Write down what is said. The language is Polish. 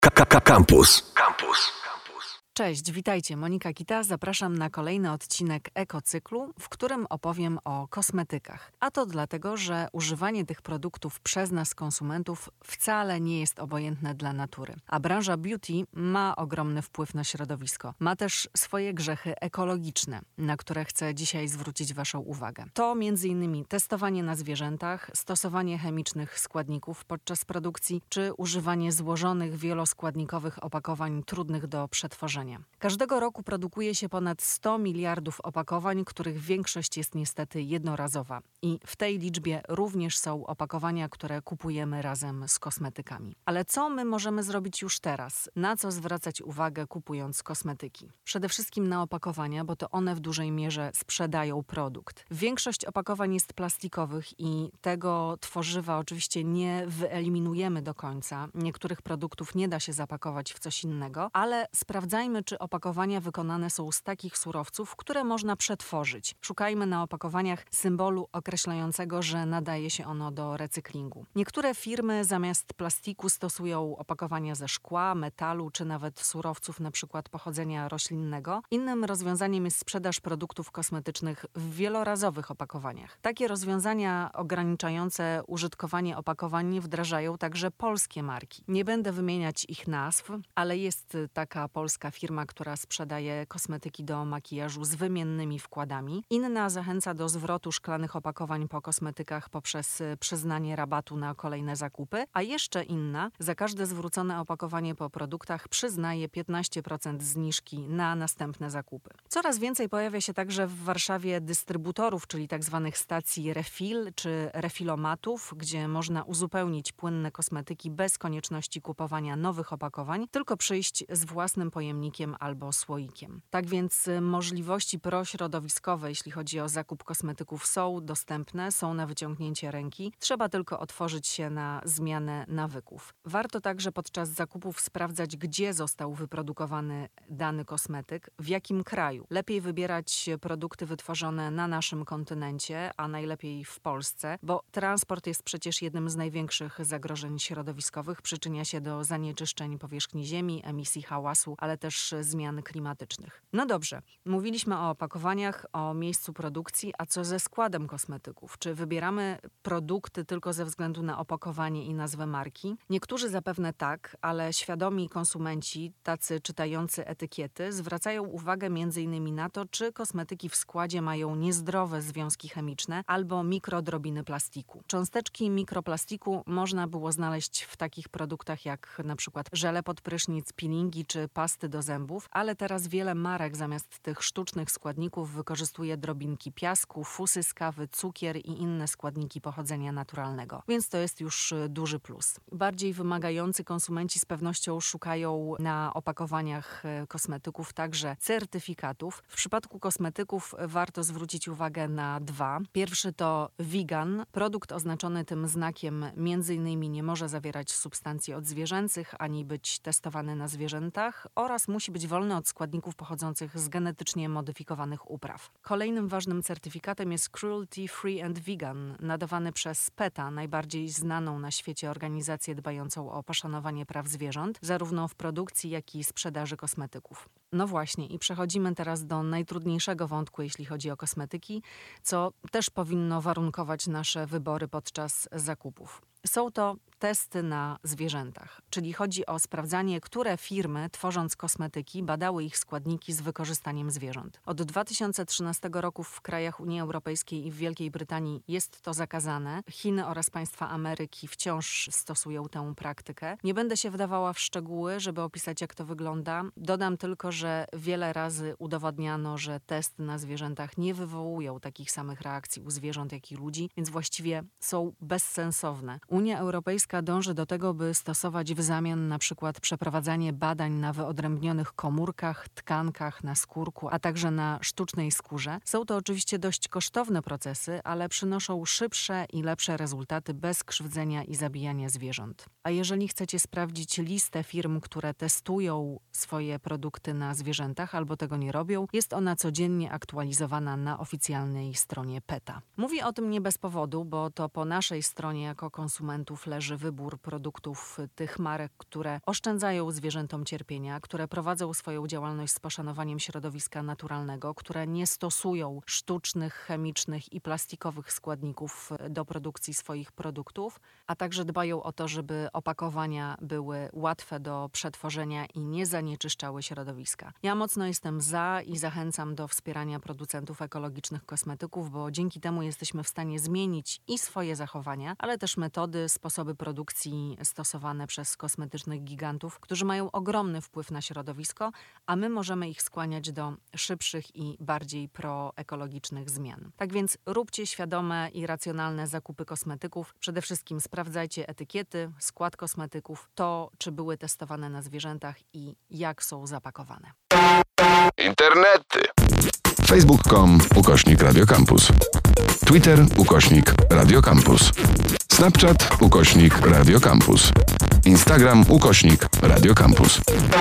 Campus. Cześć, witajcie. Monika Kita. Zapraszam na kolejny odcinek Ekocyklu, w którym opowiem o kosmetykach. A to dlatego, że używanie tych produktów przez nas, konsumentów, wcale nie jest obojętne dla natury. A branża beauty ma ogromny wpływ na środowisko. Ma też swoje grzechy ekologiczne, na które chcę dzisiaj zwrócić Waszą uwagę. To m.in. testowanie na zwierzętach, stosowanie chemicznych składników podczas produkcji, czy używanie złożonych, wieloskładnikowych opakowań trudnych do przetworzenia. Każdego roku produkuje się ponad 100 miliardów opakowań, których większość jest niestety jednorazowa. I w tej liczbie również są opakowania, które kupujemy razem z kosmetykami. Ale co my możemy zrobić już teraz? Na co zwracać uwagę, kupując kosmetyki? Przede wszystkim na opakowania, bo to one w dużej mierze sprzedają produkt. Większość opakowań jest plastikowych i tego tworzywa oczywiście nie wyeliminujemy do końca. Niektórych produktów nie da się zapakować w coś innego, ale sprawdzajmy, czy opakowania wykonane są z takich surowców, które można przetworzyć. Szukajmy na opakowaniach symbolu określającego, że nadaje się ono do recyklingu. Niektóre firmy zamiast plastiku stosują opakowania ze szkła, metalu czy nawet surowców np. pochodzenia roślinnego. Innym rozwiązaniem jest sprzedaż produktów kosmetycznych w wielorazowych opakowaniach. Takie rozwiązania ograniczające użytkowanie opakowań wdrażają także polskie marki. Nie będę wymieniać ich nazw, ale jest taka polska firma, która sprzedaje kosmetyki do makijażu z wymiennymi wkładami. Inna zachęca do zwrotu szklanych opakowań po kosmetykach poprzez przyznanie rabatu na kolejne zakupy, a jeszcze inna za każde zwrócone opakowanie po produktach przyznaje 15% zniżki na następne zakupy. Coraz więcej pojawia się także w Warszawie dystrybutorów, czyli tzw. stacji refill czy refilomatów, gdzie można uzupełnić płynne kosmetyki bez konieczności kupowania nowych opakowań, tylko przyjść z własnym pojemnikiem albo słoikiem. Tak więc możliwości prośrodowiskowe, jeśli chodzi o zakup kosmetyków, są dostępne, są na wyciągnięcie ręki. Trzeba tylko otworzyć się na zmianę nawyków. Warto także podczas zakupów sprawdzać, gdzie został wyprodukowany dany kosmetyk, w jakim kraju. Lepiej wybierać produkty wytworzone na naszym kontynencie, a najlepiej w Polsce, bo transport jest przecież jednym z największych zagrożeń środowiskowych. Przyczynia się do zanieczyszczeń powierzchni ziemi, emisji hałasu, ale też zmian klimatycznych. No dobrze, mówiliśmy o opakowaniach, o miejscu produkcji, a co ze składem kosmetyków? Czy wybieramy produkty tylko ze względu na opakowanie i nazwę marki? Niektórzy zapewne tak, ale świadomi konsumenci, tacy czytający etykiety, zwracają uwagę m.in. na to, czy kosmetyki w składzie mają niezdrowe związki chemiczne albo mikrodrobiny plastiku. Cząsteczki mikroplastiku można było znaleźć w takich produktach jak na przykład żele pod prysznic, peelingi czy pasty do zębów, ale teraz wiele marek zamiast tych sztucznych składników wykorzystuje drobinki piasku, fusy z kawy, cukier i inne składniki pochodzenia naturalnego. Więc to jest już duży plus. Bardziej wymagający konsumenci z pewnością szukają na opakowaniach kosmetyków także certyfikatów. W przypadku kosmetyków warto zwrócić uwagę na dwa. Pierwszy to vegan. Produkt oznaczony tym znakiem m.in. nie może zawierać substancji odzwierzęcych ani być testowany na zwierzętach oraz musi być wolny od składników pochodzących z genetycznie modyfikowanych upraw. Kolejnym ważnym certyfikatem jest Cruelty Free and Vegan, nadawany przez PETA, najbardziej znaną na świecie organizację dbającą o poszanowanie praw zwierząt, zarówno w produkcji, jak i sprzedaży kosmetyków. No właśnie, i przechodzimy teraz do najtrudniejszego wątku, jeśli chodzi o kosmetyki, co też powinno warunkować nasze wybory podczas zakupów. Są to testy na zwierzętach, czyli chodzi o sprawdzanie, które firmy, tworząc kosmetyki, badały ich składniki z wykorzystaniem zwierząt. Od 2013 roku w krajach Unii Europejskiej i w Wielkiej Brytanii jest to zakazane. Chiny oraz państwa Ameryki wciąż stosują tę praktykę. Nie będę się wdawała w szczegóły, żeby opisać, jak to wygląda. Dodam tylko, że wiele razy udowodniano, że testy na zwierzętach nie wywołują takich samych reakcji u zwierząt, jak i ludzi, więc właściwie są bezsensowne. Unia Europejska dąży do tego, by stosować w zamian na przykład przeprowadzanie badań na wyodrębnionych komórkach, tkankach, na skórku, a także na sztucznej skórze. Są to oczywiście dość kosztowne procesy, ale przynoszą szybsze i lepsze rezultaty bez krzywdzenia i zabijania zwierząt. A jeżeli chcecie sprawdzić listę firm, które testują swoje produkty na zwierzętach albo tego nie robią, jest ona codziennie aktualizowana na oficjalnej stronie PETA. Mówię o tym nie bez powodu, bo to po naszej stronie jako konsumenci konsumentów leży wybór produktów tych marek, które oszczędzają zwierzętom cierpienia, które prowadzą swoją działalność z poszanowaniem środowiska naturalnego, które nie stosują sztucznych, chemicznych i plastikowych składników do produkcji swoich produktów, a także dbają o to, żeby opakowania były łatwe do przetworzenia i nie zanieczyszczały środowiska. Ja mocno jestem za i zachęcam do wspierania producentów ekologicznych kosmetyków, bo dzięki temu jesteśmy w stanie zmienić i swoje zachowania, ale też metody, sposoby produkcji stosowane przez kosmetycznych gigantów, którzy mają ogromny wpływ na środowisko, a my możemy ich skłaniać do szybszych i bardziej proekologicznych zmian. Tak więc róbcie świadome i racjonalne zakupy kosmetyków. Przede wszystkim sprawdzajcie etykiety, skład kosmetyków, to czy były testowane na zwierzętach i jak są zapakowane. Internety. Facebook.com/Radio Campus. Twitter /Radio Campus. Snapchat /Radio Campus. Instagram /Radio Campus.